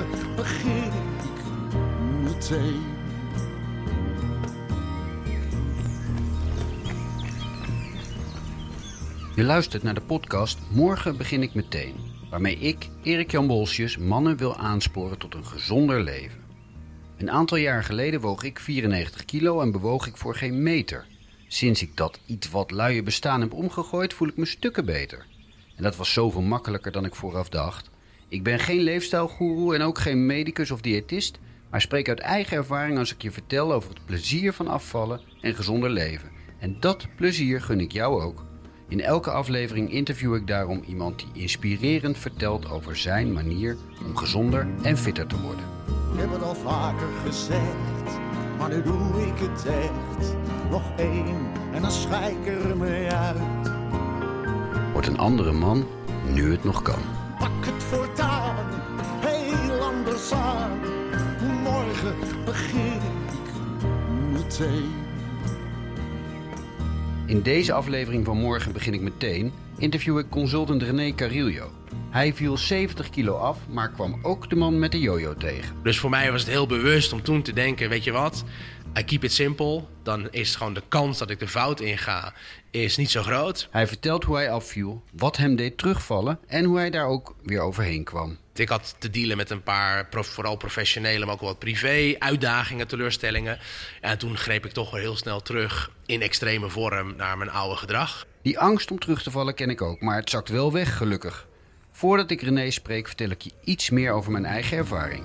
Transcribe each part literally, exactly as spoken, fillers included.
begin ik meteen. Je luistert naar de podcast Morgen begin ik meteen, waarmee ik, Erik-Jan Bolsjes, mannen wil aansporen tot een gezonder leven. Een aantal jaar geleden woog ik vierennegentig kilo en bewoog ik voor geen meter. Sinds ik dat iets wat luie bestaan heb omgegooid, voel ik me stukken beter. En dat was zoveel makkelijker dan ik vooraf dacht. Ik ben geen leefstijlgoeroe en ook geen medicus of diëtist, maar spreek uit eigen ervaring als ik je vertel over het plezier van afvallen en gezonder leven. En dat plezier gun ik jou ook. In elke aflevering interview ik daarom iemand die inspirerend vertelt over zijn manier om gezonder en fitter te worden. Ik heb het al vaker gezegd, maar nu doe ik het echt. Nog één en dan schijk ik er mee uit. Word een andere man, nu het nog kan. Pak het voortaan, heel anders aan. Morgen begin ik meteen. In deze aflevering van Morgen begin ik meteen interview ik consultant René Carillo. Hij viel zeventig kilo af, maar kwam ook de man met de jojo tegen. Dus voor mij was het heel bewust om toen te denken, weet je wat, I keep it simple. Dan is gewoon de kans dat ik de fout inga, is niet zo groot. Hij vertelt hoe hij afviel, wat hem deed terugvallen en hoe hij daar ook weer overheen kwam. Ik had te dealen met een paar, vooral professionele, maar ook wat privé, uitdagingen, teleurstellingen. En toen greep ik toch wel heel snel terug in extreme vorm naar mijn oude gedrag. Die angst om terug te vallen ken ik ook, maar het zakt wel weg, gelukkig. Voordat ik René spreek, vertel ik je iets meer over mijn eigen ervaring.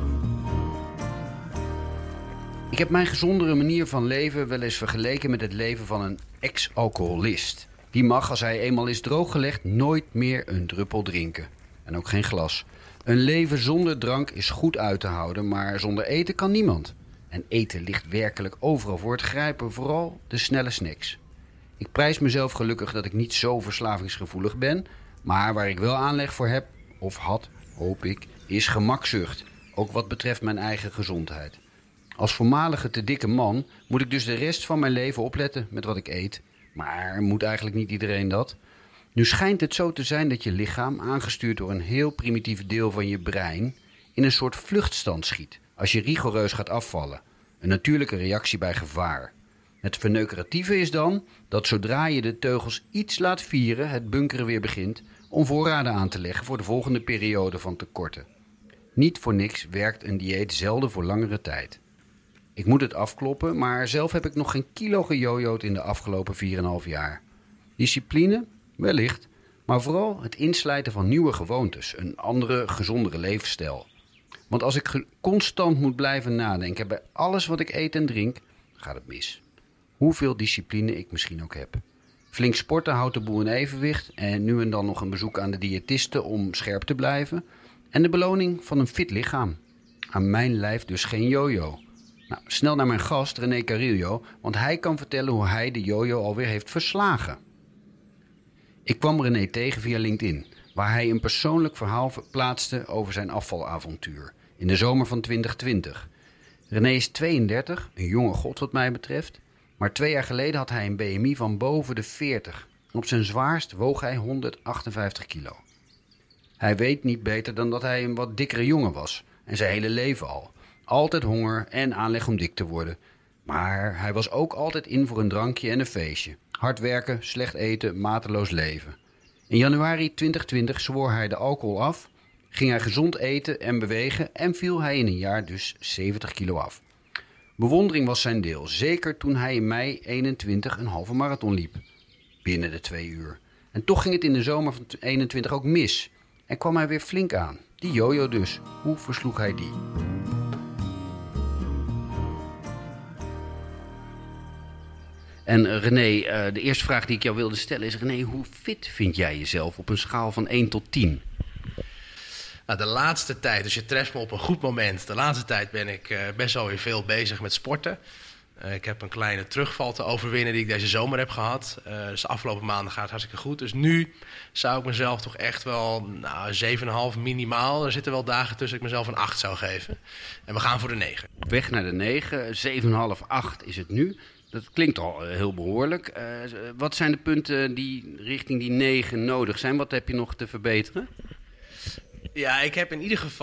Ik heb mijn gezondere manier van leven wel eens vergeleken met het leven van een ex-alcoholist. Die mag, als hij eenmaal is drooggelegd, nooit meer een druppel drinken. En ook geen glas. Een leven zonder drank is goed uit te houden, maar zonder eten kan niemand. En eten ligt werkelijk overal voor het grijpen, vooral de snelle snacks. Ik prijs mezelf gelukkig dat ik niet zo verslavingsgevoelig ben, maar waar ik wel aanleg voor heb, of had, hoop ik, is gemakzucht. Ook wat betreft mijn eigen gezondheid. Als voormalige te dikke man moet ik dus de rest van mijn leven opletten met wat ik eet. Maar moet eigenlijk niet iedereen dat? Nu schijnt het zo te zijn dat je lichaam, aangestuurd door een heel primitief deel van je brein, in een soort vluchtstand schiet als je rigoureus gaat afvallen. Een natuurlijke reactie bij gevaar. Het verneukeratieve is dan dat zodra je de teugels iets laat vieren, het bunkeren weer begint om voorraden aan te leggen voor de volgende periode van tekorten. Niet voor niks werkt een dieet zelden voor langere tijd. Ik moet het afkloppen, maar zelf heb ik nog geen kilo gejojoed in de afgelopen vier komma vijf jaar. Discipline? Wellicht, maar vooral het inslijten van nieuwe gewoontes, een andere, gezondere levensstijl. Want als ik ge- constant moet blijven nadenken bij alles wat ik eet en drink, gaat het mis. Hoeveel discipline ik misschien ook heb. Flink sporten houdt de boel in evenwicht en nu en dan nog een bezoek aan de diëtiste om scherp te blijven. En de beloning van een fit lichaam. Aan mijn lijf dus geen jojo. Nou, snel naar mijn gast René Carillo, want hij kan vertellen hoe hij de jojo alweer heeft verslagen. Ik kwam René tegen via LinkedIn, waar hij een persoonlijk verhaal plaatste over zijn afvalavontuur in de zomer van twintig twintig. René is tweeëndertig, een jonge god wat mij betreft, maar twee jaar geleden had hij een B M I van boven de veertig. Op zijn zwaarst woog hij honderdachtenvijftig kilo. Hij weet niet beter dan dat hij een wat dikkere jongen was en zijn hele leven al. Altijd honger en aanleg om dik te worden. Maar hij was ook altijd in voor een drankje en een feestje. Hard werken, slecht eten, mateloos leven. In januari twintig twintig zwoer hij de alcohol af, ging hij gezond eten en bewegen en viel hij in een jaar dus zeventig kilo af. Bewondering was zijn deel, zeker toen hij in mei eenentwintig een halve marathon liep. Binnen de twee uur. En toch ging het in de zomer van eenentwintig ook mis. En kwam hij weer flink aan. Die jojo dus. Hoe versloeg hij die? En René, de eerste vraag die ik jou wilde stellen is... René, hoe fit vind jij jezelf op een schaal van één tot tien? Nou, de laatste tijd, dus je treft me op een goed moment. De laatste tijd ben ik uh, best wel weer veel bezig met sporten. Uh, ik heb een kleine terugval te overwinnen die ik deze zomer heb gehad. Uh, dus de afgelopen maanden gaat het hartstikke goed. Dus nu zou ik mezelf toch echt wel nou, zeven komma vijf minimaal. Er zitten wel dagen tussen dat ik mezelf een acht zou geven. En we gaan voor de negen. Op weg naar de negen, zeven komma vijf, acht is het nu. Dat klinkt al heel behoorlijk. Uh, wat zijn de punten die richting die negen nodig zijn? Wat heb je nog te verbeteren? Ja, ik heb in ieder geval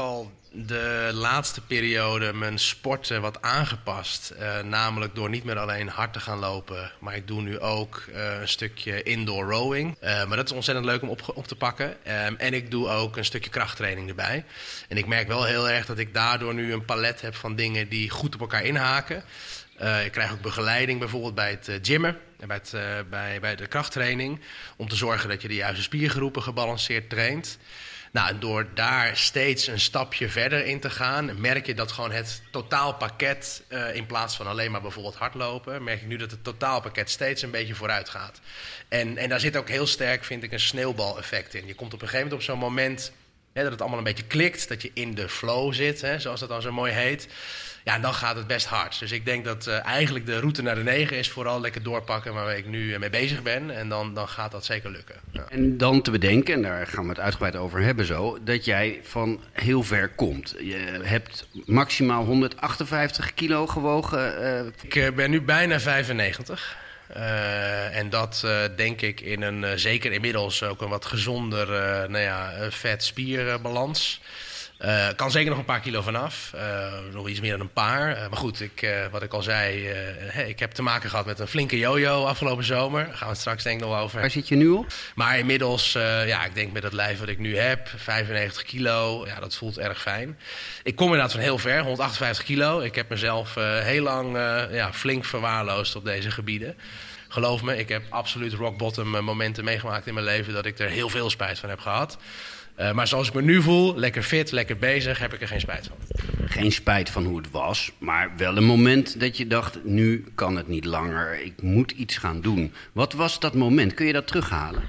de laatste periode mijn sporten wat aangepast. Uh, namelijk door niet meer alleen hard te gaan lopen. Maar ik doe nu ook uh, een stukje indoor rowing. Uh, maar dat is ontzettend leuk om op, op te pakken. Um, en ik doe ook een stukje krachttraining erbij. En ik merk wel heel erg dat ik daardoor nu een palet heb van dingen die goed op elkaar inhaken. Uh, ik krijg ook begeleiding bijvoorbeeld bij het uh, gymmen. Bij, het, uh, bij, bij de krachttraining. Om te zorgen dat je de juiste spiergroepen gebalanceerd traint. Nou, en door daar steeds een stapje verder in te gaan, merk je dat gewoon het totaalpakket, uh, in plaats van alleen maar bijvoorbeeld hardlopen, merk ik nu dat het totaalpakket steeds een beetje vooruit gaat. En, en daar zit ook heel sterk, vind ik, een sneeuwbaleffect in. Je komt op een gegeven moment op zo'n moment, hè, dat het allemaal een beetje klikt, dat je in de flow zit, hè, zoals dat dan zo mooi heet. Ja, en dan gaat het best hard. Dus ik denk dat uh, eigenlijk de route naar de negen is vooral lekker doorpakken waar ik nu mee bezig ben. En dan, dan gaat dat zeker lukken. Ja. En dan te bedenken, en daar gaan we het uitgebreid over hebben zo, dat jij van heel ver komt. Je hebt maximaal honderdachtenvijftig kilo gewogen. Uh... Ik uh, ben nu bijna vijfennegentig. Uh, en dat uh, denk ik in een, uh, zeker inmiddels ook een wat gezonder uh, nou ja, vet-spierbalans. Uh, kan zeker nog een paar kilo vanaf. Uh, nog iets meer dan een paar. Uh, maar goed, ik, uh, wat ik al zei, uh, hey, ik heb te maken gehad met een flinke yo-yo afgelopen zomer. Daar gaan we het straks denk ik nog over. Waar zit je nu op? Maar inmiddels, uh, ja, ik denk met het lijf wat ik nu heb, vijfennegentig kilo, ja, dat voelt erg fijn. Ik kom inderdaad van heel ver, honderdachtenvijftig kilo. Ik heb mezelf uh, heel lang uh, ja, flink verwaarloosd op deze gebieden. Geloof me, ik heb absoluut rock bottom momenten meegemaakt in mijn leven dat ik er heel veel spijt van heb gehad. Uh, maar zoals ik me nu voel, lekker fit, lekker bezig, heb ik er geen spijt van. Geen spijt van hoe het was, maar wel een moment dat je dacht, nu kan het niet langer, ik moet iets gaan doen. Wat was dat moment? Kun je dat terughalen?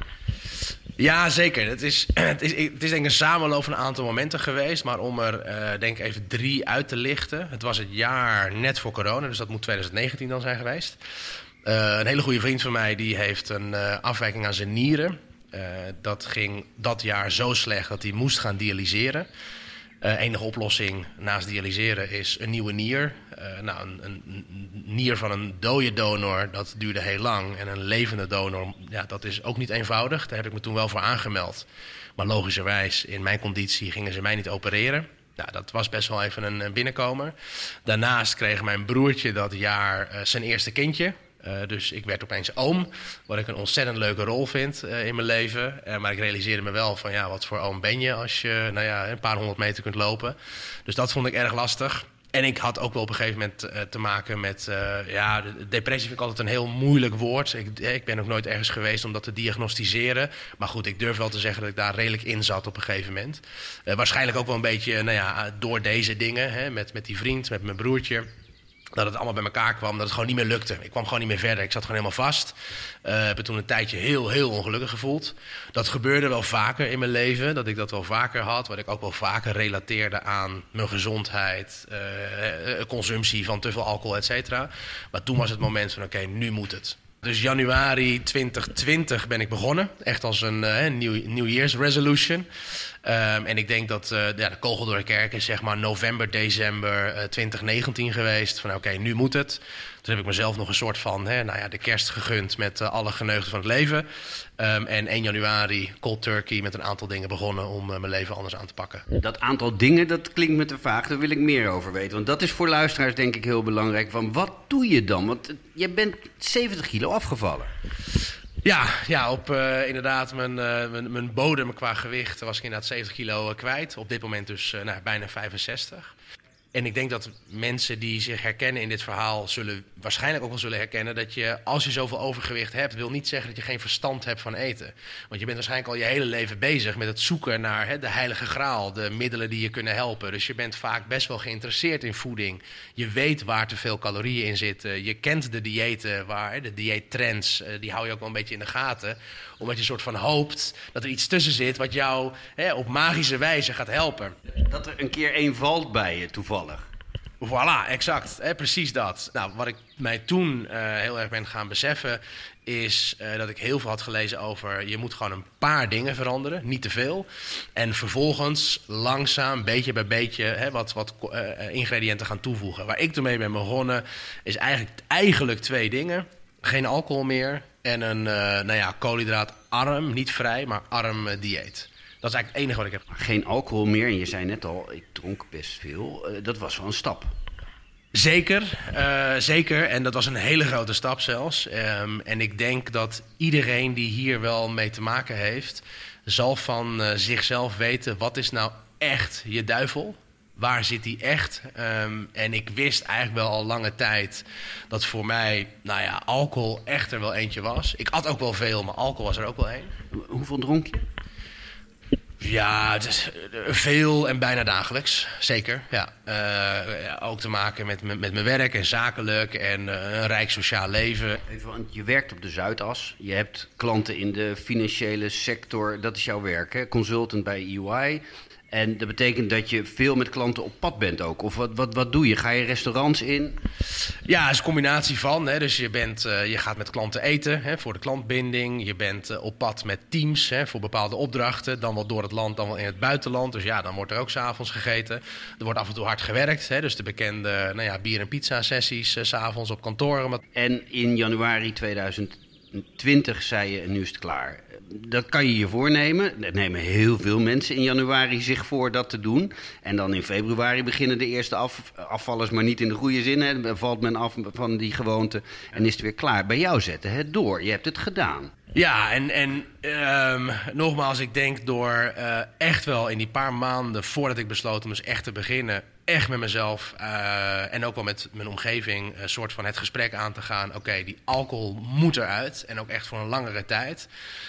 Ja, zeker. Het is, het is, het is denk ik een samenloop van een aantal momenten geweest. Maar om er uh, denk ik even drie uit te lichten. Het was het jaar net voor corona, dus dat moet twintig negentien dan zijn geweest. Uh, een hele goede vriend van mij die heeft een uh, afwijking aan zijn nieren. Uh, dat ging dat jaar zo slecht dat hij moest gaan dialyseren. Uh, enige oplossing naast dialyseren is een nieuwe nier. Uh, nou, een, een nier van een dode donor, dat duurde heel lang. En een levende donor, ja, dat is ook niet eenvoudig. Daar heb ik me toen wel voor aangemeld. Maar logischerwijs, in mijn conditie gingen ze mij niet opereren. Nou, dat was best wel even een, een binnenkomer. Daarnaast kreeg mijn broertje dat jaar uh, zijn eerste kindje. Uh, dus ik werd opeens oom, wat ik een ontzettend leuke rol vind uh, in mijn leven. Uh, maar ik realiseerde me wel van, ja, wat voor oom ben je als je nou ja, een paar honderd meter kunt lopen. Dus dat vond ik erg lastig. En ik had ook wel op een gegeven moment uh, te maken met, uh, ja, de depressie vind ik altijd een heel moeilijk woord. Ik, ik ben ook nooit ergens geweest om dat te diagnosticeren. Maar goed, ik durf wel te zeggen dat ik daar redelijk in zat op een gegeven moment. Uh, waarschijnlijk ook wel een beetje, nou ja, door deze dingen, hè, met, met die vriend, met mijn broertje. Dat het allemaal bij elkaar kwam, dat het gewoon niet meer lukte. Ik kwam gewoon niet meer verder, ik zat gewoon helemaal vast. Uh, heb me toen een tijdje heel, heel ongelukkig gevoeld. Dat gebeurde wel vaker in mijn leven, dat ik dat wel vaker had. Wat ik ook wel vaker relateerde aan mijn gezondheid, uh, consumptie van te veel alcohol, et cetera. Maar toen was het moment van, oké, okay, nu moet het. Dus januari twintig twintig ben ik begonnen. Echt als een uh, New, New Year's resolution. Um, en ik denk dat uh, ja, de kogel door de kerk is zeg maar november, december uh, twintig negentien geweest. Van oké, okay, nu moet het. Toen heb ik mezelf nog een soort van hè, nou ja, de kerst gegund met uh, alle geneugten van het leven. Um, en één januari cold turkey met een aantal dingen begonnen om uh, mijn leven anders aan te pakken. Dat aantal dingen, dat klinkt me te vaag. Daar wil ik meer over weten. Want dat is voor luisteraars denk ik heel belangrijk. Van wat doe je dan? Want je bent zeventig kilo afgevallen. Ja, ja, op uh, inderdaad mijn, uh, mijn, mijn bodem qua gewicht was ik inderdaad zeventig kilo kwijt. Op dit moment dus uh, nou, bijna vijfenzestig. En ik denk dat mensen die zich herkennen in dit verhaal zullen waarschijnlijk ook wel zullen herkennen dat je, als je zoveel overgewicht hebt, wil niet zeggen dat je geen verstand hebt van eten. Want je bent waarschijnlijk al je hele leven bezig met het zoeken naar hè, de heilige graal, de middelen die je kunnen helpen. Dus je bent vaak best wel geïnteresseerd in voeding. Je weet waar te veel calorieën in zitten. Je kent de diëten, waar, de dieettrends, die hou je ook wel een beetje in de gaten. Omdat je soort van hoopt dat er iets tussen zit wat jou hè, op magische wijze gaat helpen. Dat er een keer één valt bij je, toevallig. Voilà, exact. Hè, precies dat. Nou, wat ik mij toen uh, heel erg ben gaan beseffen is uh, dat ik heel veel had gelezen over je moet gewoon een paar dingen veranderen, niet te veel. En vervolgens langzaam, beetje bij beetje, hè, wat, wat uh, ingrediënten gaan toevoegen. Waar ik ermee ben begonnen is eigenlijk, eigenlijk twee dingen. Geen alcohol meer en een uh, nou ja, koolhydraatarm, niet vrij, maar arm uh, dieet. Dat is eigenlijk het enige wat ik heb. Geen alcohol meer. En je zei net al, ik dronk best veel. Uh, dat was wel een stap. Zeker, uh, zeker. En dat was een hele grote stap zelfs. Um, en ik denk dat iedereen die hier wel mee te maken heeft, zal van uh, zichzelf weten, wat is nou echt je duivel? Waar zit die echt? Um, en ik wist eigenlijk wel al lange tijd dat voor mij, nou ja, alcohol echt er wel eentje was. Ik at ook wel veel, maar alcohol was er ook wel één. Hoeveel dronk je? Ja, het is veel en bijna dagelijks, zeker. Ja. Uh, ja, ook te maken met, met, met mijn werk en zakelijk en uh, een rijk sociaal leven. Even, want je werkt op de Zuidas. Je hebt klanten in de financiële sector. Dat is jouw werk, hè? Consultant bij E Y. En dat betekent dat je veel met klanten op pad bent ook. Of wat, wat, wat doe je? Ga je restaurants in? Ja, het is een combinatie van. Hè. Dus je, bent, uh, je gaat met klanten eten, hè, voor de klantbinding. Je bent uh, op pad met teams, hè, voor bepaalde opdrachten. Dan wel door het land, dan wel in het buitenland. Dus ja, dan wordt er ook 's avonds gegeten. Er wordt af en toe hard gewerkt. Hè. Dus de bekende nou ja, bier- en pizza-sessies uh, 's avonds op kantoren. En in januari tweeduizend twintig zei je, nu is het klaar. Dat kan je je voornemen. Dat nemen heel veel mensen in januari zich voor dat te doen. En dan in februari beginnen de eerste af, afvallers, maar niet in de goede zin. Hè. Dan valt men af van die gewoonte en is het weer klaar. Bij jou zetten het door. Je hebt het gedaan. Ja, en, en um, nogmaals, ik denk door uh, echt wel in die paar maanden voordat ik besloot om dus echt te beginnen, echt met mezelf uh, en ook wel met mijn omgeving een soort van het gesprek aan te gaan. Oké, okay, die alcohol moet eruit en ook echt voor een langere tijd.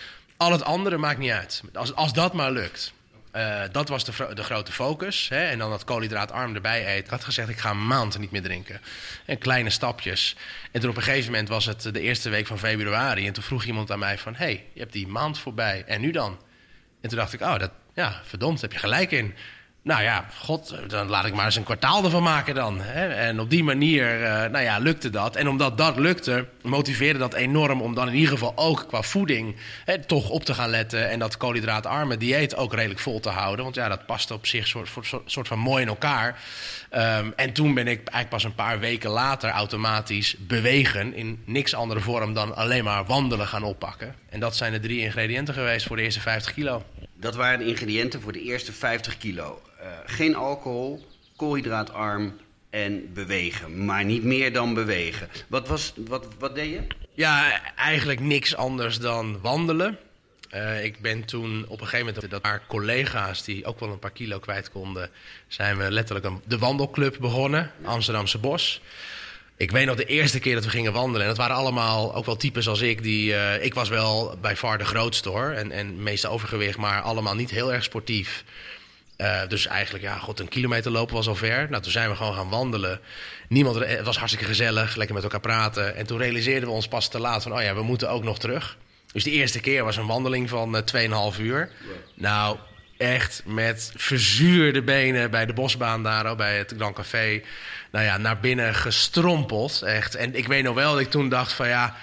Al het andere maakt niet uit. Als, als dat maar lukt. Uh, dat was de, de grote focus. Hè? En dan dat koolhydraatarm erbij eten. Ik had gezegd, ik ga een maand niet meer drinken. En kleine stapjes. En toen op een gegeven moment was het de eerste week van februari. En toen vroeg iemand aan mij van, hé, hey, je hebt die maand voorbij. En nu dan? En toen dacht ik, oh, dat, ja, verdomd, heb je gelijk in. Nou ja, god, dan laat ik maar eens een kwartaal ervan maken dan. Hè? En op die manier, uh, nou ja, lukte dat. En omdat dat lukte, motiveerde dat enorm om dan in ieder geval ook qua voeding hè, toch op te gaan letten. En dat koolhydraatarme dieet ook redelijk vol te houden. Want ja, dat past op zich soort, soort, soort van mooi in elkaar. Um, en toen ben ik eigenlijk pas een paar weken later automatisch bewegen in niks andere vorm dan alleen maar wandelen gaan oppakken. En dat zijn de drie ingrediënten geweest voor de eerste vijftig kilo. Dat waren de ingrediënten voor de eerste vijftig kilo. Uh, geen alcohol, koolhydraatarm en bewegen. Maar niet meer dan bewegen. Wat, was, wat, wat deed je? Ja, eigenlijk niks anders dan wandelen. Uh, ik ben toen op een gegeven moment dat paar collega's die ook wel een paar kilo kwijt konden, zijn we letterlijk een, de wandelclub begonnen, Amsterdamse Bos. Ik weet nog de eerste keer dat we gingen wandelen. En dat waren allemaal ook wel types als ik. Die, uh, ik was wel bij far de grootste hoor. En, en meeste overgewicht, maar allemaal niet heel erg sportief. Uh, dus eigenlijk, ja, god, een kilometer lopen was al ver. Nou, toen zijn we gewoon gaan wandelen. Niemand, het was hartstikke gezellig, lekker met elkaar praten. En toen realiseerden we ons pas te laat van, oh ja, we moeten ook nog terug. Dus de eerste keer was een wandeling van uh, twee komma vijf uur. Wow. Nou, echt met verzuurde benen bij de bosbaan daar, bij het Grand Café. Nou ja, naar binnen gestrompeld, echt. En ik weet nog wel dat ik toen dacht van ja,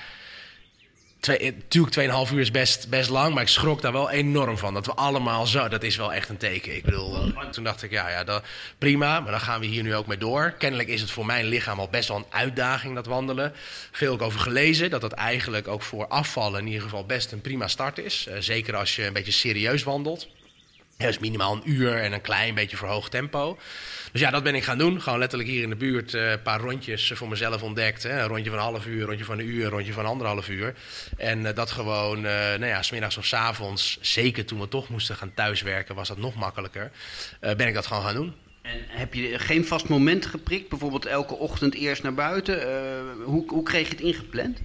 twee, natuurlijk twee komma vijf uur is best, best lang, maar ik schrok daar wel enorm van. Dat we allemaal zo, dat is wel echt een teken. Ik bedoel, toen dacht ik ja, ja dat, prima, maar dan gaan we hier nu ook mee door. Kennelijk is het voor mijn lichaam al best wel een uitdaging, dat wandelen. Veel ook over gelezen, dat dat eigenlijk ook voor afvallen in ieder geval best een prima start is. Uh, zeker als je een beetje serieus wandelt. Ja, dus minimaal een uur en een klein beetje verhoogd tempo. Dus ja, dat ben ik gaan doen. Gewoon letterlijk hier in de buurt uh, een paar rondjes voor mezelf ontdekt. Hè. Een rondje van een half uur, een rondje van een uur, een rondje van anderhalf uur. En uh, dat gewoon, uh, nou ja, 's middags of 's avonds, zeker toen we toch moesten gaan thuiswerken, was dat nog makkelijker. Uh, ben ik dat gewoon gaan doen. En heb je geen vast moment geprikt? Bijvoorbeeld elke ochtend eerst naar buiten? Uh, hoe, hoe kreeg je het ingepland?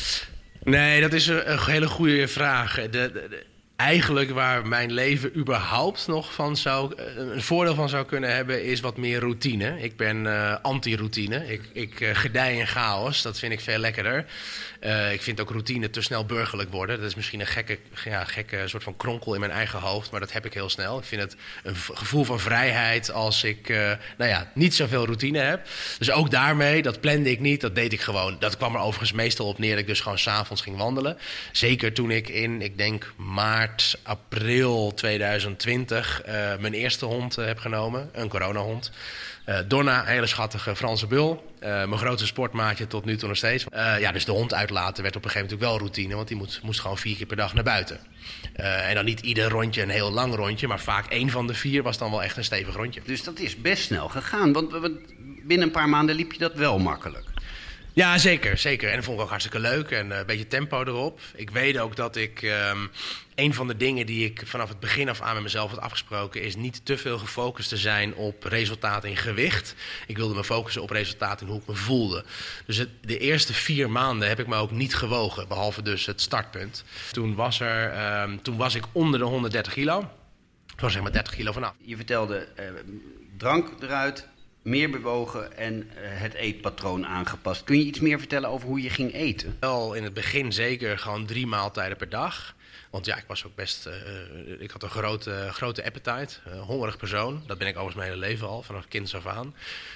Nee, dat is een, een hele goede vraag. De, de, de, Eigenlijk waar mijn leven überhaupt nog van zou, een voordeel van zou kunnen hebben, is wat meer routine. Ik ben uh, anti-routine. Ik, ik uh, gedij in chaos. Dat vind ik veel lekkerder. Uh, ik vind ook routine te snel burgerlijk worden. Dat is misschien een gekke, ja, gekke soort van kronkel in mijn eigen hoofd, maar dat heb ik heel snel. Ik vind het een v- gevoel van vrijheid als ik uh, nou ja, niet zoveel routine heb. Dus ook daarmee, dat plande ik niet, dat deed ik gewoon. Dat kwam er overigens meestal op neer dat ik dus gewoon 's avonds ging wandelen. Zeker toen ik in, ik denk maart maart, april tweeduizend twintig uh, mijn eerste hond uh, heb genomen. Een coronahond. Uh, Donna, een hele schattige Franse bul. Uh, mijn grootste sportmaatje tot nu toe nog steeds. Uh, ja, dus de hond uitlaten werd op een gegeven moment natuurlijk wel routine. Want die moet, moest gewoon vier keer per dag naar buiten. Uh, en dan niet ieder rondje een heel lang rondje. Maar vaak één van de vier was dan wel echt een stevig rondje. Dus dat is best snel gegaan. Want, want binnen een paar maanden liep je dat wel makkelijk. Ja, zeker, zeker. En dat vond ik ook hartstikke leuk en uh, een beetje tempo erop. Ik weet ook dat ik... Um, een van de dingen die ik vanaf het begin af aan met mezelf had afgesproken... is niet te veel gefocust te zijn op resultaat in gewicht. Ik wilde me focussen op resultaat in hoe ik me voelde. Dus het, de eerste vier maanden heb ik me ook niet gewogen. Behalve dus het startpunt. Toen was, er, um, toen was ik onder de honderddertig kilo. Ik was zeg maar dertig kilo vanaf. Je vertelde uh, drank eruit... meer bewogen en uh, het eetpatroon aangepast. Kun je iets meer vertellen over hoe je ging eten? Wel, in het begin zeker gewoon drie maaltijden per dag. Want ja, ik was ook best... Uh, ik had een grote, grote appetite. Uh, hongerig persoon. Dat ben ik overigens mijn hele leven al, vanaf kinds af aan.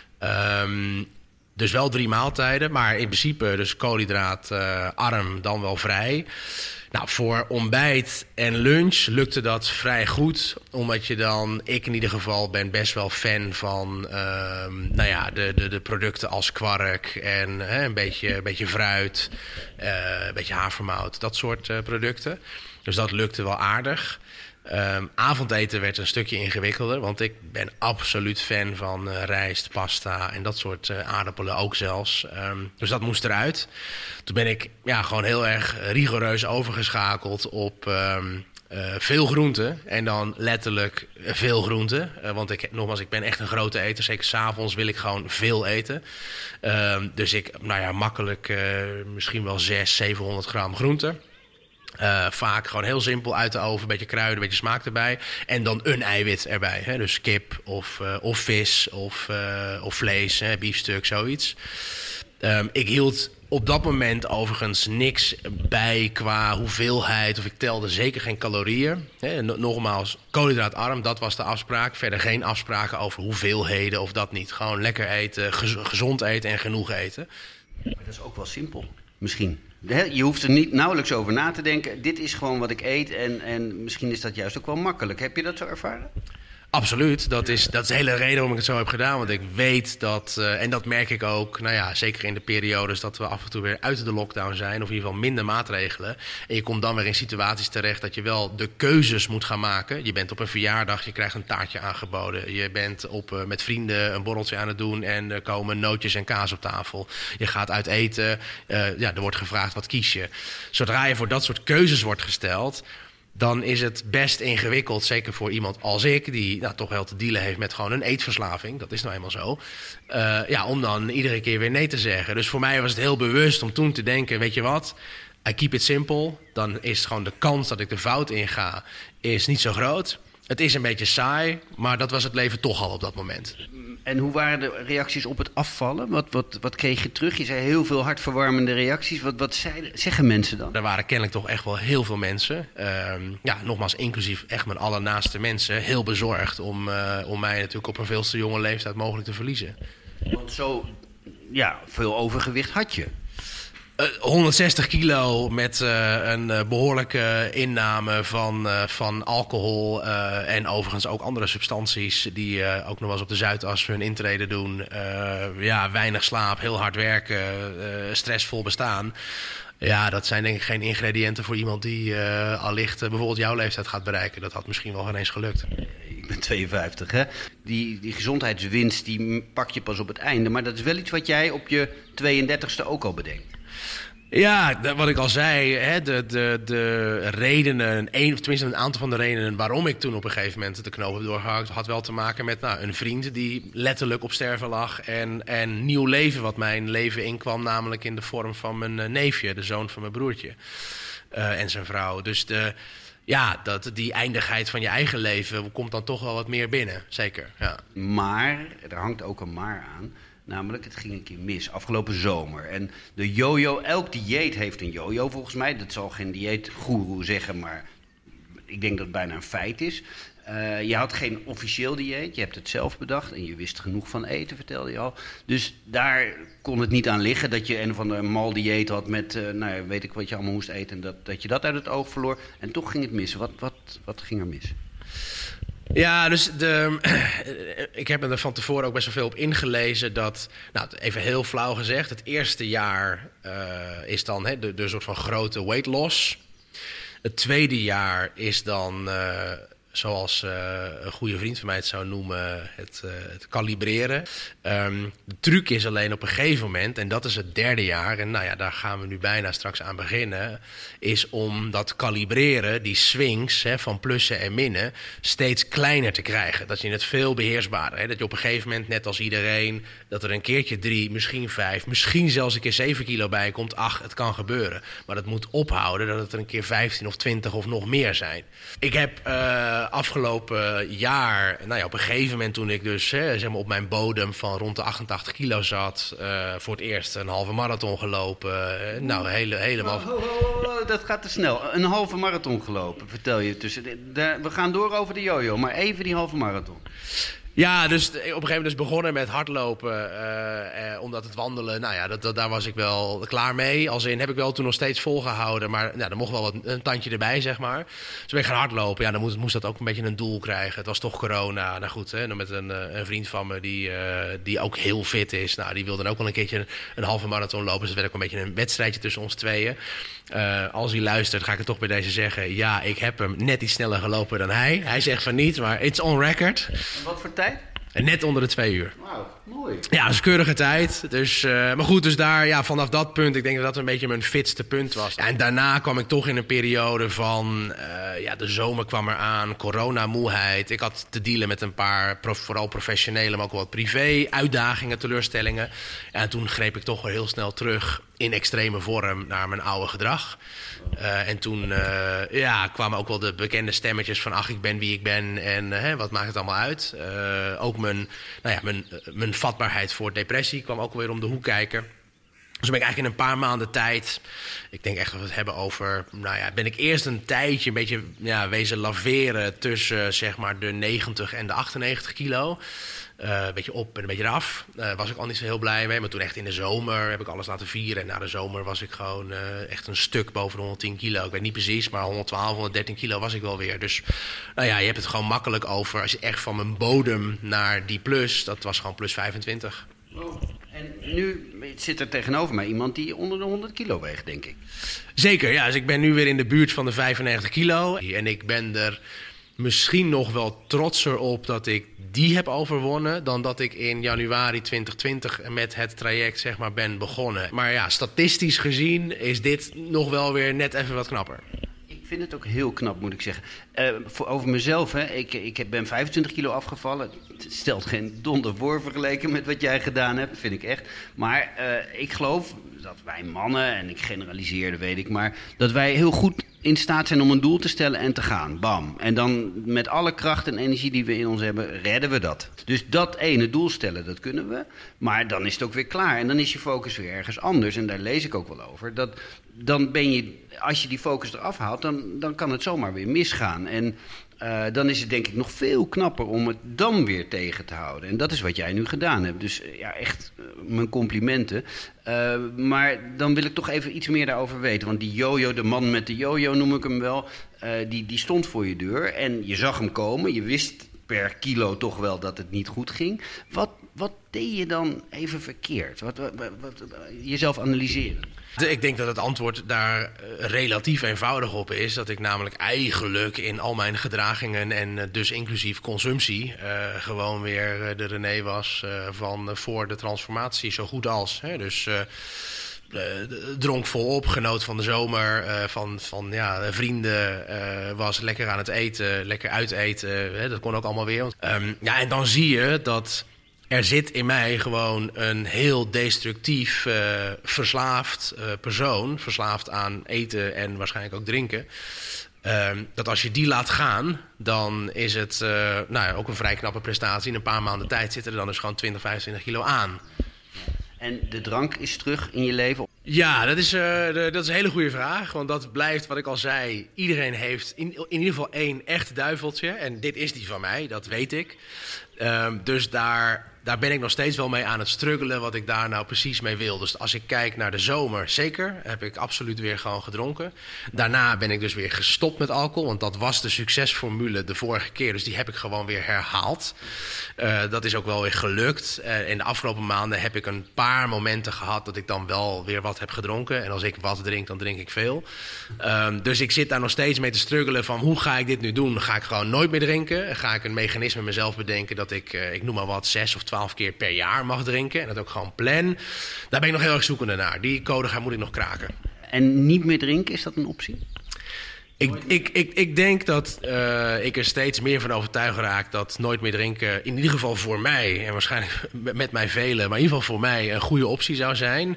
Um, dus wel drie maaltijden, maar in principe dus koolhydraatarm uh, dan wel vrij. Nou, voor ontbijt en lunch lukte dat vrij goed. Omdat je dan, ik in ieder geval, ben best wel fan van uh, nou ja, de, de, de producten als kwark en hè, een, beetje, een beetje fruit, uh, een beetje havermout, dat soort uh, producten. Dus dat lukte wel aardig. Um, avondeten werd een stukje ingewikkelder, want ik ben absoluut fan van uh, rijst, pasta en dat soort uh, aardappelen ook zelfs. Um, dus dat moest eruit. Toen ben ik ja, gewoon heel erg rigoureus overgeschakeld op um, uh, veel groenten. En dan letterlijk veel groenten. Uh, want ik, nogmaals, ik ben echt een grote eter. Zeker 's avonds wil ik gewoon veel eten. Um, dus ik, nou ja, makkelijk uh, misschien wel zeshonderd, zevenhonderd gram groenten. Uh, vaak gewoon heel simpel uit de oven, een beetje kruiden, een beetje smaak erbij. En dan een eiwit erbij. Hè? Dus kip of, uh, of vis of, uh, of vlees, hè? Biefstuk, zoiets. Um, ik hield op dat moment overigens niks bij qua hoeveelheid. Of ik telde zeker geen calorieën. Hè? Nogmaals, koolhydraatarm, dat was de afspraak. Verder geen afspraken over hoeveelheden of dat niet. Gewoon lekker eten, gez- gezond eten en genoeg eten. Maar dat is ook wel simpel, misschien. Je hoeft er niet nauwelijks over na te denken. Dit is gewoon wat ik eet en, en misschien is dat juist ook wel makkelijk. Heb je dat zo ervaren? Absoluut. Dat is, dat is de hele reden waarom ik het zo heb gedaan. Want ik weet dat, uh, en dat merk ik ook, nou ja, zeker in de periodes dat we af en toe weer uit de lockdown zijn, of in ieder geval minder maatregelen. En je komt dan weer in situaties terecht dat je wel de keuzes moet gaan maken. Je bent op een verjaardag, je krijgt een taartje aangeboden. Je bent op, uh, met vrienden een borreltje aan het doen en er komen nootjes en kaas op tafel. Je gaat uit eten, uh, ja, er wordt gevraagd wat kies je. Zodra je voor dat soort keuzes wordt gesteld, dan is het best ingewikkeld, zeker voor iemand als ik, die nou, toch wel te dealen heeft met gewoon een eetverslaving. Dat is nou eenmaal zo. Uh, ja, om dan iedere keer weer nee te zeggen. Dus voor mij was het heel bewust om toen te denken, weet je wat, I keep it simple. Dan is gewoon de kans dat ik de fout inga, is niet zo groot. Het is een beetje saai, maar dat was het leven toch al op dat moment. En hoe waren de reacties op het afvallen? Wat, wat, wat kreeg je terug? Je zei heel veel hartverwarmende reacties. Wat, wat zeiden, zeggen mensen dan? Er waren kennelijk toch echt wel heel veel mensen. Uh, ja, nogmaals, inclusief echt mijn allernaaste mensen. Heel bezorgd om, uh, om mij natuurlijk op een veel te jonge leeftijd mogelijk te verliezen. Want zo ja, veel overgewicht had je. Uh, honderdzestig kilo met uh, een uh, behoorlijke inname van, uh, van alcohol uh, en overigens ook andere substanties die uh, ook nog wel eens op de Zuidas hun intrede doen. Uh, ja, weinig slaap, heel hard werken, uh, stressvol bestaan. Ja, dat zijn denk ik geen ingrediënten voor iemand die uh, allicht uh, bijvoorbeeld jouw leeftijd gaat bereiken. Dat had misschien wel geen eens gelukt. Ik ben tweeënvijftig, hè. Die, die gezondheidswinst die pak je pas op het einde. Maar dat is wel iets wat jij op je tweeëndertigste ook al bedenkt. Ja, wat ik al zei, hè, de, de, de redenen, een, of tenminste een aantal van de redenen waarom ik toen op een gegeven moment de knoop heb doorgehakt, had wel te maken met nou, een vriend die letterlijk op sterven lag en, en nieuw leven wat mijn leven inkwam, namelijk in de vorm van mijn neefje, de zoon van mijn broertje uh, en zijn vrouw. Dus de, ja, dat, die eindigheid van je eigen leven komt dan toch wel wat meer binnen, zeker. Ja. Maar, er hangt ook een maar aan. Namelijk, het ging een keer mis, afgelopen zomer. En de yo-yo, elk dieet heeft een yo-yo volgens mij. Dat zal geen dieetgoeroe zeggen, maar ik denk dat het bijna een feit is. Uh, je had geen officieel dieet, je hebt het zelf bedacht en je wist genoeg van eten, vertelde je al. Dus daar kon het niet aan liggen dat je een of ander mal dieet had met, uh, nou ja, weet ik wat je allemaal moest eten en dat, dat je dat uit het oog verloor. En toch ging het mis. Wat, wat, wat ging er mis? Ja, dus de, ik heb me er van tevoren ook best wel veel op ingelezen dat, nou, even heel flauw gezegd, het eerste jaar uh, is dan hè, de, de soort van grote weight loss. Het tweede jaar is dan, uh, zoals uh, een goede vriend van mij het zou noemen, het, uh, het kalibreren. Um, de truc is alleen op een gegeven moment, en dat is het derde jaar, en nou ja, daar gaan we nu bijna straks aan beginnen, is om dat kalibreren, die swings hè, van plussen en minnen, steeds kleiner te krijgen. Dat je het veel beheersbaarder, hè, dat je op een gegeven moment, net als iedereen, dat er een keertje drie, misschien vijf, misschien zelfs een keer zeven kilo bij komt. Ach, het kan gebeuren. Maar dat moet ophouden dat het er een keer vijftien of twintig of nog meer zijn. Ik heb uh, afgelopen jaar, nou ja, op een gegeven moment toen ik dus hè, zeg maar op mijn bodem van rond de achtentachtig kilo zat, uh, voor het eerst een halve marathon gelopen. Uh, nou, hele, helemaal... Oh, oh, oh, dat gaat te snel. Een halve marathon gelopen, vertel je tussen. De, we gaan door over de jojo, maar even die halve marathon. Ja, dus op een gegeven moment dus begonnen met hardlopen, uh, eh, omdat het wandelen, nou ja, dat, dat, daar was ik wel klaar mee. Als in heb ik wel toen nog steeds volgehouden, maar nou, er mocht wel wat, een tandje erbij, zeg maar. Dus ben ik gaan hardlopen, ja, dan moest, moest dat ook een beetje een doel krijgen. Het was toch corona, nou goed, hè, met een, een vriend van me die, uh, die ook heel fit is. Nou, die wilde dan ook wel een keertje een, een halve marathon lopen, dus het werd ook een beetje een wedstrijdje tussen ons tweeën. Uh, als hij luistert, ga ik het toch bij deze zeggen, ja, ik heb hem net iets sneller gelopen dan hij. Hij zegt van niet, maar it's on record. En wat voor tijd? En net onder de twee uur. Wauw, mooi. Ja, dat is keurige tijd. Dus, uh, maar goed, dus daar, ja, vanaf dat punt, ik denk dat dat een beetje mijn fitste punt was. Ja, en daarna kwam ik toch in een periode van, uh, ja, de zomer kwam eraan, coronamoeheid. Ik had te dealen met een paar, prof, vooral professionele, maar ook wat privé, uitdagingen, teleurstellingen. En toen greep ik toch wel heel snel terug in extreme vorm naar mijn oude gedrag. Uh, en toen uh, ja, kwamen ook wel de bekende stemmetjes van ach, ik ben wie ik ben en uh, wat maakt het allemaal uit. Uh, ook mijn, nou ja, mijn, uh, mijn vatbaarheid voor depressie kwam ook weer om de hoek kijken. Dus ben ik eigenlijk in een paar maanden tijd, ik denk echt dat we het hebben over, nou ja, ben ik eerst een tijdje een beetje ja, wezen laveren tussen zeg maar de negentig en de achtennegentig kilo. Uh, een beetje op en een beetje eraf. Daar uh, was ik al niet zo heel blij mee. Maar toen echt in de zomer heb ik alles laten vieren. En na de zomer was ik gewoon uh, echt een stuk boven de honderdtien kilo. Ik weet niet precies, maar honderdtwaalf, honderddertien kilo was ik wel weer. Dus nou ja, je hebt het gewoon makkelijk over. Als je echt van mijn bodem naar die plus, dat was gewoon plus vijfentwintig. Oh. En nu zit er tegenover mij iemand die onder de honderd kilo weegt, denk ik. Zeker, ja. Dus ik ben nu weer in de buurt van de vijfennegentig kilo. En ik ben er misschien nog wel trotser op dat ik die heb overwonnen dan dat ik in januari twintig twintig met het traject zeg maar ben begonnen. Maar ja, statistisch gezien is dit nog wel weer net even wat knapper. Ik vind het ook heel knap, moet ik zeggen. Uh, voor, over mezelf, hè. Ik, ik ben vijfentwintig kilo afgevallen. Het stelt geen donder voor vergeleken met wat jij gedaan hebt, vind ik echt. Maar uh, ik geloof dat wij mannen, en ik generaliseerde, weet ik maar, dat wij heel goed in staat zijn om een doel te stellen en te gaan. Bam. En dan met alle kracht en energie die we in ons hebben, redden we dat. Dus dat ene doel stellen, dat kunnen we. Maar dan is het ook weer klaar. En dan is je focus weer ergens anders. En daar lees ik ook wel over. Dat, dan ben je, als je die focus eraf haalt, dan, dan kan het zomaar weer misgaan. En uh, dan is het denk ik nog veel knapper om het dan weer tegen te houden. En dat is wat jij nu gedaan hebt. Dus uh, ja, echt uh, mijn complimenten. Uh, maar dan wil ik toch even iets meer daarover weten. Want die jojo, de man met de jojo noem ik hem wel, uh, die, die stond voor je deur. En je zag hem komen. Je wist per kilo toch wel dat het niet goed ging. Wat, wat deed je dan even verkeerd? Wat, wat, wat, wat, jezelf analyseren. Ik denk dat het antwoord daar relatief eenvoudig op is. Dat ik namelijk eigenlijk in al mijn gedragingen en dus inclusief consumptie uh, gewoon weer de René was uh, van uh, voor de transformatie zo goed als. Hè? Dus uh, uh, dronk volop, genoot van de zomer, uh, van, van ja, vrienden, uh, was lekker aan het eten, lekker uiteten. Hè? Dat kon ook allemaal weer. Um, ja, en dan zie je dat er zit in mij gewoon een heel destructief, uh, verslaafd uh, persoon. Verslaafd aan eten en waarschijnlijk ook drinken. Uh, dat als je die laat gaan, dan is het uh, nou ja, ook een vrij knappe prestatie. In een paar maanden tijd zitten er dan dus gewoon twintig, vijfentwintig kilo aan. En de drank is terug in je leven? Ja, dat is, uh, de, dat is een hele goede vraag. Want dat blijft, wat ik al zei, iedereen heeft in, in ieder geval één echt duiveltje. En dit is die van mij, dat weet ik. Um, dus daar... Daar ben ik nog steeds wel mee aan het struggelen wat ik daar nou precies mee wil. Dus als ik kijk naar de zomer, zeker, heb ik absoluut weer gewoon gedronken. Daarna ben ik dus weer gestopt met alcohol, want dat was de succesformule de vorige keer. Dus die heb ik gewoon weer herhaald. Uh, dat is ook wel weer gelukt. Uh, in de afgelopen maanden heb ik een paar momenten gehad dat ik dan wel weer wat heb gedronken. En als ik wat drink, dan drink ik veel. Um, dus ik zit daar nog steeds mee te struggelen van hoe ga ik dit nu doen? Ga ik gewoon nooit meer drinken? Ga ik een mechanisme mezelf bedenken dat ik, uh, ik noem maar wat, zes of twaalf keer per jaar mag drinken en dat ook gewoon plan. Daar ben ik nog heel erg zoekende naar. Die code ga, moet ik nog kraken. En niet meer drinken, is dat een optie? Ik, ik, ik, ik denk dat uh, ik er steeds meer van overtuigd raak dat nooit meer drinken, in ieder geval voor mij, en waarschijnlijk met mij velen, maar in ieder geval voor mij een goede optie zou zijn.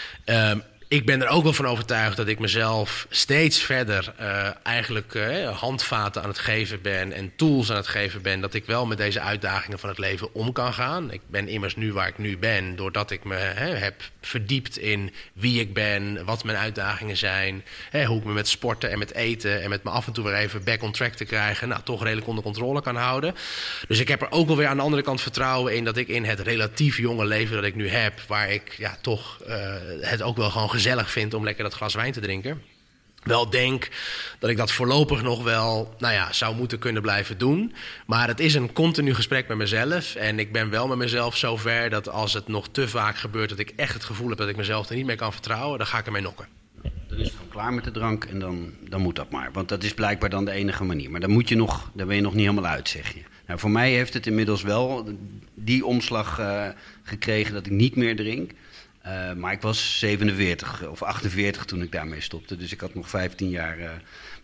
Um, Ik ben er ook wel van overtuigd dat ik mezelf steeds verder uh, eigenlijk uh, handvaten aan het geven ben en tools aan het geven ben, dat ik wel met deze uitdagingen van het leven om kan gaan. Ik ben immers nu waar ik nu ben, doordat ik me hè, heb verdiept in wie ik ben, wat mijn uitdagingen zijn, hè, hoe ik me met sporten en met eten en met me af en toe weer even back on track te krijgen, nou toch redelijk onder controle kan houden. Dus ik heb er ook wel weer aan de andere kant vertrouwen in dat ik in het relatief jonge leven dat ik nu heb, waar ik ja toch uh, het ook wel gewoon gezellig vind om lekker dat glas wijn te drinken, wel denk dat ik dat voorlopig nog wel nou ja, zou moeten kunnen blijven doen. Maar het is een continu gesprek met mezelf. En ik ben wel met mezelf zover dat als het nog te vaak gebeurt dat ik echt het gevoel heb dat ik mezelf er niet meer kan vertrouwen, dan ga ik ermee nokken. Dan is het gewoon klaar met de drank en dan, dan moet dat maar. Want dat is blijkbaar dan de enige manier. Maar dan moet je nog, daar ben je nog niet helemaal uit, zeg je. Nou, voor mij heeft het inmiddels wel die omslag uh, gekregen dat ik niet meer drink. Uh, maar ik was zevenenveertig of achtenveertig toen ik daarmee stopte. Dus ik had nog vijftien jaar... Uh,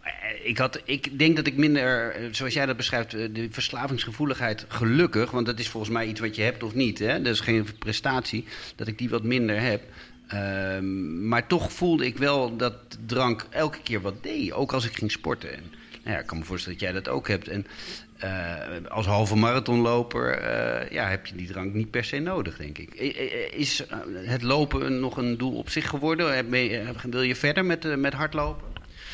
ik, had, ik denk dat ik minder, zoals jij dat beschrijft, de verslavingsgevoeligheid, gelukkig, want dat is volgens mij iets wat je hebt of niet, hè? Dat is geen prestatie, dat ik die wat minder heb. Uh, maar toch voelde ik wel dat drank elke keer wat deed, ook als ik ging sporten. En, nou ja, ik kan me voorstellen dat jij dat ook hebt. En uh, als halve marathonloper uh, ja, heb je die drank niet per se nodig, denk ik. Is het lopen nog een doel op zich geworden? Wil je verder met, uh, met hardlopen?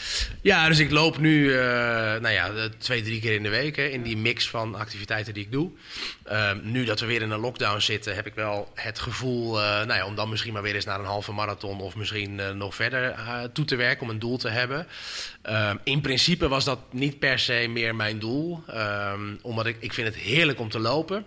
Ja, dus ik loop nu uh, nou ja, twee, drie keer in de week hè, in die mix van activiteiten die ik doe. Uh, nu dat we weer in een lockdown zitten, heb ik wel het gevoel uh, nou ja, om dan misschien maar weer eens naar een halve marathon of misschien uh, nog verder uh, toe te werken om een doel te hebben. Uh, in principe was dat niet per se meer mijn doel, uh, omdat ik, ik vind het heerlijk om te lopen.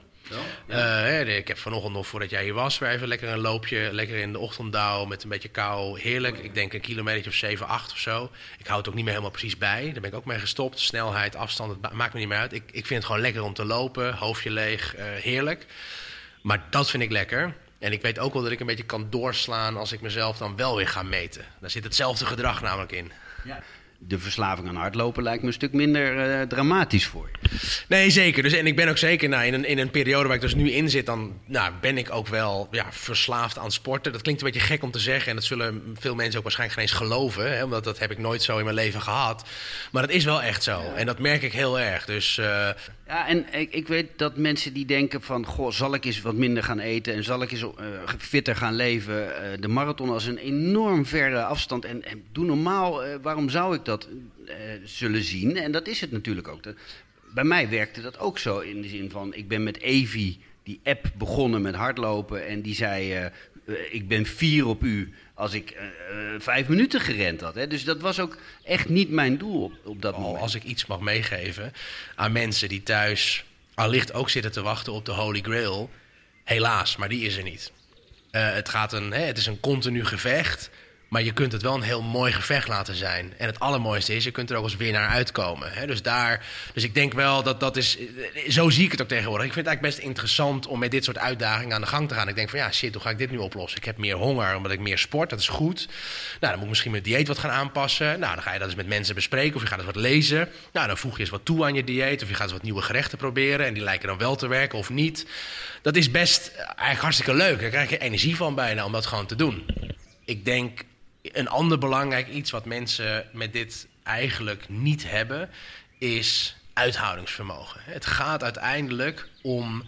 Ja. Uh, ik heb vanochtend nog, voordat jij hier was, weer even lekker een loopje. Lekker in de ochtenddauw met een beetje kou. Heerlijk. Ik denk een kilometer of zeven, acht of zo. Ik hou het ook niet meer helemaal precies bij. Daar ben ik ook mee gestopt. Snelheid, afstand, het maakt me niet meer uit. Ik, ik vind het gewoon lekker om te lopen. Hoofdje leeg. Uh, heerlijk. Maar dat vind ik lekker. En ik weet ook wel dat ik een beetje kan doorslaan als ik mezelf dan wel weer ga meten. Daar zit hetzelfde gedrag namelijk in. Ja. De verslaving aan hardlopen lijkt me een stuk minder uh, dramatisch voor je. Nee, zeker. Dus, en ik ben ook zeker nou, in, een, in een periode waar ik dus nu in zit, dan nou, ben ik ook wel ja, verslaafd aan sporten. Dat klinkt een beetje gek om te zeggen en dat zullen veel mensen ook waarschijnlijk geen eens geloven. Hè, omdat dat heb ik nooit zo in mijn leven gehad. Maar dat is wel echt zo. Ja. En dat merk ik heel erg. Dus... Uh, Ja, en ik, ik weet dat mensen die denken van, goh, zal ik eens wat minder gaan eten en zal ik eens uh, fitter gaan leven. Uh, de marathon als een enorm verre afstand. En, en doe normaal, uh, waarom zou ik dat uh, zullen zien? En dat is het natuurlijk ook. Dat, bij mij werkte dat ook zo in de zin van, ik ben met Evi, die app, begonnen met hardlopen. En die zei, uh, uh, ik ben fier op u als ik uh, uh, vijf minuten gerend had. Hè? Dus dat was ook echt niet mijn doel op, op dat oh, moment. Als ik iets mag meegeven aan mensen die thuis allicht ook zitten te wachten op de Holy Grail. Helaas, maar die is er niet. Uh, het, gaat een, hè, het is een continu gevecht. Maar je kunt het wel een heel mooi gevecht laten zijn. En het allermooiste is, je kunt er ook als winnaar uitkomen. Hè? Dus, daar, dus ik denk wel dat dat is... Zo zie ik het ook tegenwoordig. Ik vind het eigenlijk best interessant om met dit soort uitdagingen aan de gang te gaan. Ik denk van ja, shit, hoe ga ik dit nu oplossen? Ik heb meer honger, omdat ik meer sport. Dat is goed. Nou, dan moet ik misschien mijn dieet wat gaan aanpassen. Nou, dan ga je dat eens met mensen bespreken. Of je gaat eens wat lezen. Nou, dan voeg je eens wat toe aan je dieet. Of je gaat eens wat nieuwe gerechten proberen. En die lijken dan wel te werken of niet. Dat is best eigenlijk hartstikke leuk. Daar krijg je energie van bijna om dat gewoon te doen. Ik denk... Een ander belangrijk iets wat mensen met dit eigenlijk niet hebben, is uithoudingsvermogen. Het gaat uiteindelijk om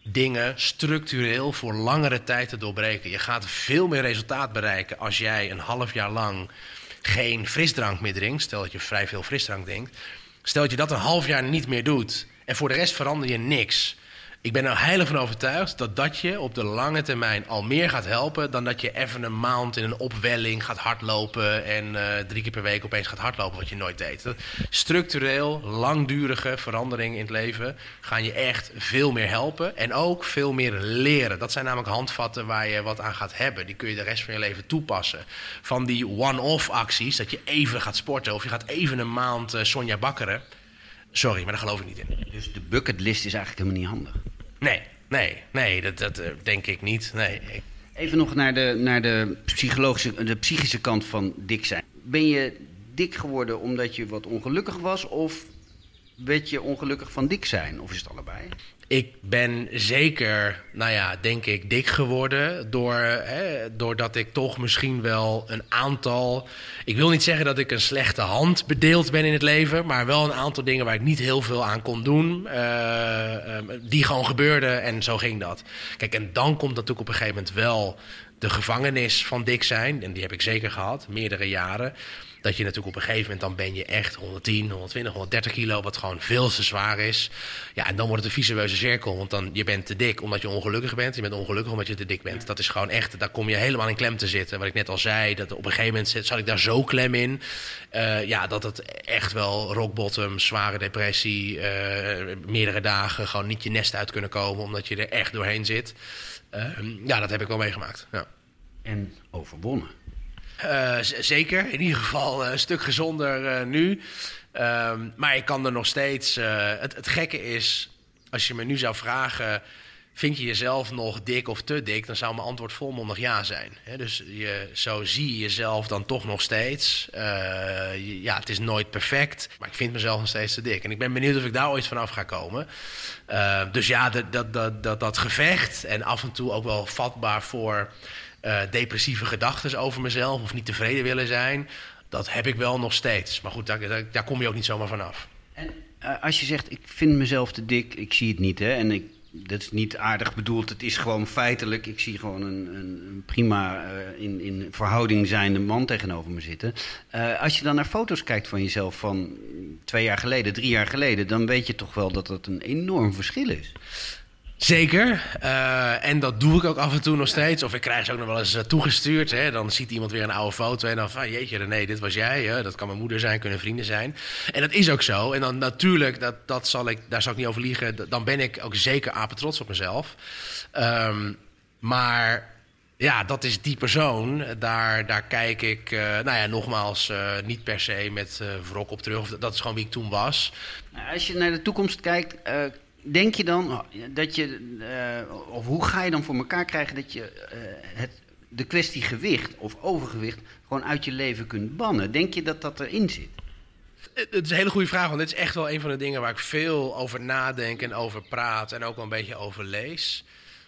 dingen structureel voor langere tijd te doorbreken. Je gaat veel meer resultaat bereiken als jij een half jaar lang geen frisdrank meer drinkt. Stel dat je vrij veel frisdrank drinkt. Stel dat je dat een half jaar niet meer doet en voor de rest verander je niks. Ik ben er heilig van overtuigd dat dat je op de lange termijn al meer gaat helpen dan dat je even een maand in een opwelling gaat hardlopen en uh, drie keer per week opeens gaat hardlopen, wat je nooit deed. Dat structureel, langdurige veranderingen in het leven gaan je echt veel meer helpen en ook veel meer leren. Dat zijn namelijk handvatten waar je wat aan gaat hebben. Die kun je de rest van je leven toepassen. Van die one-off acties, dat je even gaat sporten of je gaat even een maand uh, Sonja bakkeren. Sorry, maar daar geloof ik niet in. Dus de bucketlist is eigenlijk helemaal niet handig? Nee, nee, nee, dat, dat uh, denk ik niet. Nee. Even nog naar de, naar de, psychologische, de psychische kant van dik zijn. Ben je dik geworden omdat je wat ongelukkig was of werd je ongelukkig van dik zijn? Of is het allebei? Ik ben zeker, nou ja, denk ik, dik geworden door, hè, doordat ik toch misschien wel een aantal... Ik wil niet zeggen dat ik een slechte hand bedeeld ben in het leven, maar wel een aantal dingen waar ik niet heel veel aan kon doen, uh, uh, die gewoon gebeurden en zo ging dat. Kijk, en dan komt natuurlijk op een gegeven moment wel de gevangenis van dik zijn, en die heb ik zeker gehad, meerdere jaren. Dat je natuurlijk op een gegeven moment, dan ben je echt honderdtien, honderdtwintig, honderddertig kilo, wat gewoon veel te zwaar is. Ja, en dan wordt het een visueuze cirkel, want dan, je bent te dik omdat je ongelukkig bent. Je bent ongelukkig omdat je te dik bent. Dat is gewoon echt, daar kom je helemaal in klem te zitten. Wat ik net al zei, dat op een gegeven moment zat, zat ik daar zo klem in. Uh, ja, dat het echt wel rock bottom, zware depressie, uh, meerdere dagen gewoon niet je nest uit kunnen komen, omdat je er echt doorheen zit. Uh, ja, dat heb ik wel meegemaakt. Ja. En overwonnen. Uh, z- zeker, in ieder geval uh, een stuk gezonder uh, nu. Um, maar ik kan er nog steeds... Uh, het, het gekke is, als je me nu zou vragen... vind je jezelf nog dik of te dik? Dan zou mijn antwoord volmondig ja zijn. He, dus je, zo zie je jezelf dan toch nog steeds. Uh, je, ja, het is nooit perfect, maar ik vind mezelf nog steeds te dik. En ik ben benieuwd of ik daar ooit vanaf ga komen. Uh, dus ja, dat, dat, dat, dat, dat gevecht en af en toe ook wel vatbaar voor... Uh, depressieve gedachten over mezelf of niet tevreden willen zijn, dat heb ik wel nog steeds. Maar goed, daar, daar, daar kom je ook niet zomaar vanaf. En uh, als je zegt, ik vind mezelf te dik, ik zie het niet, hè? En ik, dat is niet aardig bedoeld, het is gewoon feitelijk. Ik zie gewoon een, een, een prima uh, in, in verhouding zijnde man tegenover me zitten. Uh, als je dan naar foto's kijkt van jezelf van twee jaar geleden, drie jaar geleden, dan weet je toch wel dat dat een enorm verschil is. Zeker. Uh, en dat doe ik ook af en toe nog steeds. Of ik krijg ze ook nog wel eens uh, toegestuurd. Hè. Dan ziet iemand weer een oude foto en dan van... jeetje René, dit was jij. Hè. Dat kan mijn moeder zijn, kunnen vrienden zijn. En dat is ook zo. En dan natuurlijk, dat, dat zal ik, daar zal ik niet over liegen... dan ben ik ook zeker apetrots op mezelf. Um, maar... ja, dat is die persoon. Daar, daar kijk ik, uh, nou ja, nogmaals, uh, niet per se met uh, wrok op terug. Of dat is gewoon wie ik toen was. Als je naar de toekomst kijkt... Uh... Denk je dan dat je, uh, of hoe ga je dan voor elkaar krijgen dat je uh, het, de kwestie gewicht of overgewicht gewoon uit je leven kunt bannen? Denk je dat dat erin zit? Het is een hele goede vraag, want dit is echt wel een van de dingen waar ik veel over nadenk en over praat en ook wel een beetje over lees.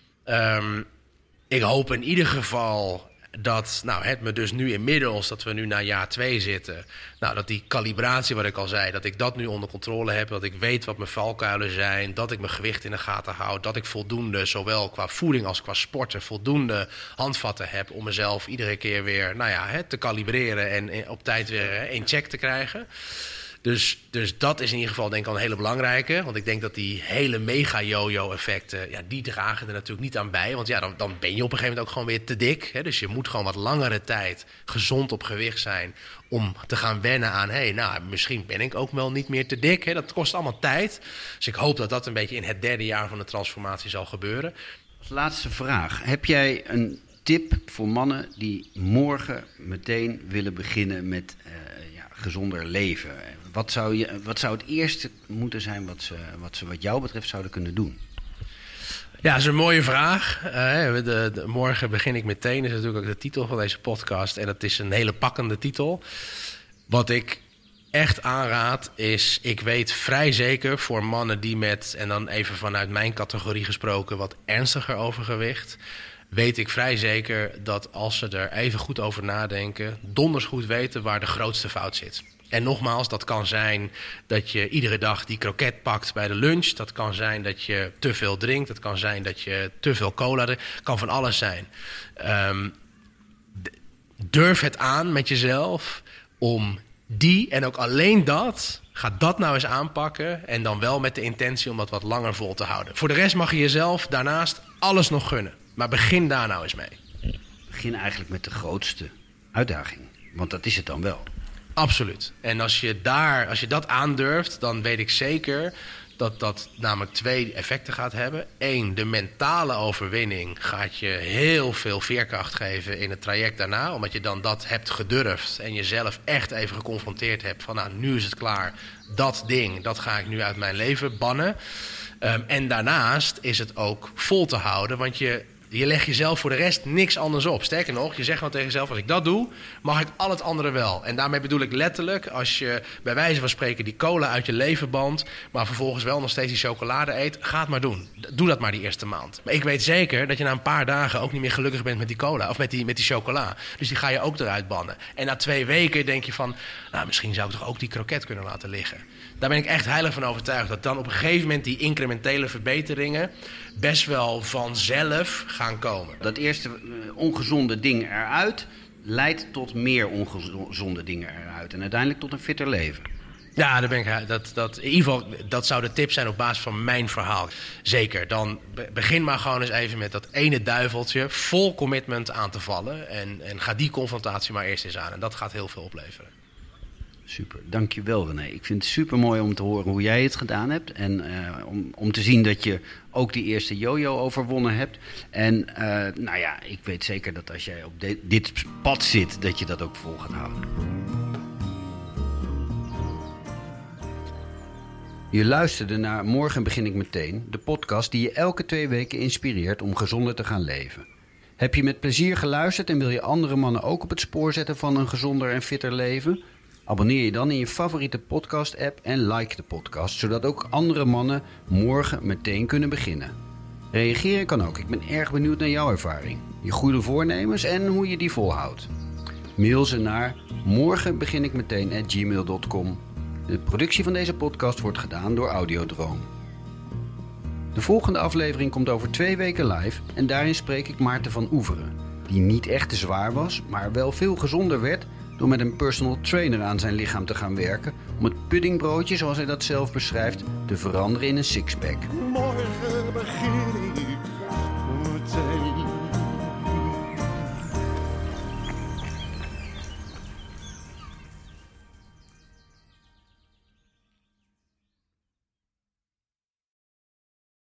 Um, ik hoop in ieder geval dat, nou, het me dus nu inmiddels, dat we nu na jaar twee zitten, nou, dat die kalibratie, wat ik al zei, dat ik dat nu onder controle heb, dat ik weet wat mijn valkuilen zijn, dat ik mijn gewicht in de gaten hou, dat ik voldoende, zowel qua voeding als qua sporten, voldoende handvatten heb om mezelf iedere keer weer, nou ja, hè, te kalibreren en op tijd weer hè, in check te krijgen. Dus, dus dat is in ieder geval denk ik al een hele belangrijke. Want ik denk dat die hele mega-yo-yo-effecten... ja, die dragen er natuurlijk niet aan bij. Want ja, dan, dan ben je op een gegeven moment ook gewoon weer te dik. Hè? Dus je moet gewoon wat langere tijd gezond op gewicht zijn... om te gaan wennen aan... hé, hey, nou, misschien ben ik ook wel niet meer te dik. Hè? Dat kost allemaal tijd. Dus ik hoop dat dat een beetje in het derde jaar van de transformatie zal gebeuren. Als laatste vraag. Heb jij een tip voor mannen die morgen meteen willen beginnen met... Uh, gezonder leven. Wat zou, je, wat zou het eerste moeten zijn wat ze, wat ze wat jou betreft zouden kunnen doen? Ja, dat is een mooie vraag. Uh, de, de, morgen begin ik meteen, is natuurlijk ook de titel van deze podcast. En dat is een hele pakkende titel. Wat ik echt aanraad is, ik weet vrij zeker voor mannen die met, en dan even vanuit mijn categorie gesproken, wat ernstiger overgewicht... weet ik vrij zeker dat als ze er even goed over nadenken... donders goed weten waar de grootste fout zit. En nogmaals, dat kan zijn dat je iedere dag die kroket pakt bij de lunch. Dat kan zijn dat je te veel drinkt. Dat kan zijn dat je te veel cola drinkt. Kan van alles zijn. Um, durf het aan met jezelf om die en ook alleen dat... Ga dat nou eens aanpakken en dan wel met de intentie om dat wat langer vol te houden. Voor de rest mag je jezelf daarnaast alles nog gunnen. Maar begin daar nou eens mee. Begin eigenlijk met de grootste uitdaging. Want dat is het dan wel. Absoluut. En als je, daar, als je dat aandurft, dan weet ik zeker dat dat namelijk twee effecten gaat hebben. Eén, de mentale overwinning gaat je heel veel veerkracht geven in het traject daarna. Omdat je dan dat hebt gedurfd en jezelf echt even geconfronteerd hebt van nou, nu is het klaar. Dat ding, dat ga ik nu uit mijn leven bannen. Um, en daarnaast is het ook vol te houden, want je... Je legt jezelf voor de rest niks anders op. Sterker nog, je zegt gewoon tegen jezelf... als ik dat doe, mag ik al het andere wel. En daarmee bedoel ik letterlijk... als je bij wijze van spreken die cola uit je leven bandt... maar vervolgens wel nog steeds die chocolade eet... ga het maar doen. Doe dat maar die eerste maand. Maar ik weet zeker dat je na een paar dagen... ook niet meer gelukkig bent met die cola of met die, met die chocola. Dus die ga je ook eruit bannen. En na twee weken denk je van... nou, misschien zou ik toch ook die kroket kunnen laten liggen. Daar ben ik echt heilig van overtuigd... dat dan op een gegeven moment die incrementele verbeteringen... best wel vanzelf gaan komen. Dat eerste uh, ongezonde ding eruit leidt tot meer ongezonde dingen eruit. En uiteindelijk tot een fitter leven. Ja, daar ben ik, dat, dat, in ieder geval, dat zou de tip zijn op basis van mijn verhaal. Zeker, dan begin maar gewoon eens even met dat ene duiveltje... vol commitment aan te vallen. En, en ga die confrontatie maar eerst eens aan. En dat gaat heel veel opleveren. Super, dankjewel René. Ik vind het super mooi om te horen hoe jij het gedaan hebt. En uh, om, om te zien dat je ook die eerste yo-yo overwonnen hebt. En uh, nou ja, ik weet zeker dat als jij op de, dit pad zit, dat je dat ook vol gaat houden. Je luisterde naar Morgen begin ik meteen, de podcast die je elke twee weken inspireert om gezonder te gaan leven. Heb je met plezier geluisterd en wil je andere mannen ook op het spoor zetten van een gezonder en fitter leven? Abonneer je dan in je favoriete podcast-app en like de podcast, zodat ook andere mannen morgen meteen kunnen beginnen. Reageren kan ook, ik ben erg benieuwd naar jouw ervaring, je goede voornemens en hoe je die volhoudt. Mail ze naar morgen begin ik meteen at gmail dot com. De productie van deze podcast wordt gedaan door Audiodroom. De volgende aflevering komt over twee weken live en daarin spreek ik Maarten van Oeveren, die niet echt te zwaar was, maar wel veel gezonder werd door met een personal trainer aan zijn lichaam te gaan werken om het puddingbroodje, zoals hij dat zelf beschrijft, te veranderen in een sixpack. Morgen begin ik